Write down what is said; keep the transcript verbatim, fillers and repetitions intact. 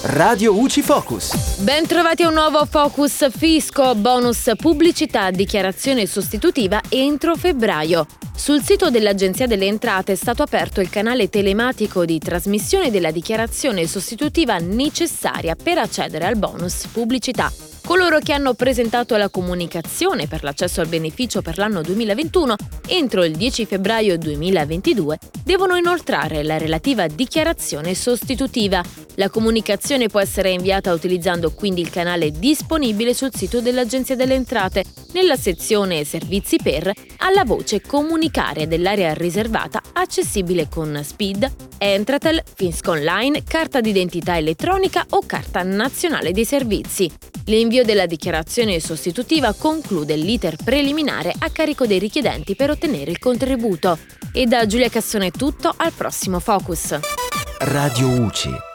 Radio U C I Focus. Ben trovati a un nuovo Focus Fisco, bonus pubblicità, dichiarazione sostitutiva entro febbraio. Sul sito dell'Agenzia delle Entrate è stato aperto il canale telematico di trasmissione della dichiarazione sostitutiva necessaria per accedere al bonus pubblicità. Coloro che hanno presentato la comunicazione per l'accesso al beneficio per l'anno duemilaventuno entro il dieci febbraio duemilaventidue devono inoltrare la relativa dichiarazione sostitutiva. La comunicazione può essere inviata utilizzando quindi il canale disponibile sul sito dell'Agenzia delle Entrate, nella sezione Servizi per, alla voce Comunicare dell'area riservata accessibile con S P I D, Entratel, Fisco Online, carta d'identità elettronica o carta nazionale dei servizi. L'invio della dichiarazione sostitutiva conclude l'iter preliminare a carico dei richiedenti per ottenere il contributo. E da Giulia Cassone è tutto, al prossimo Focus. Radio U C I.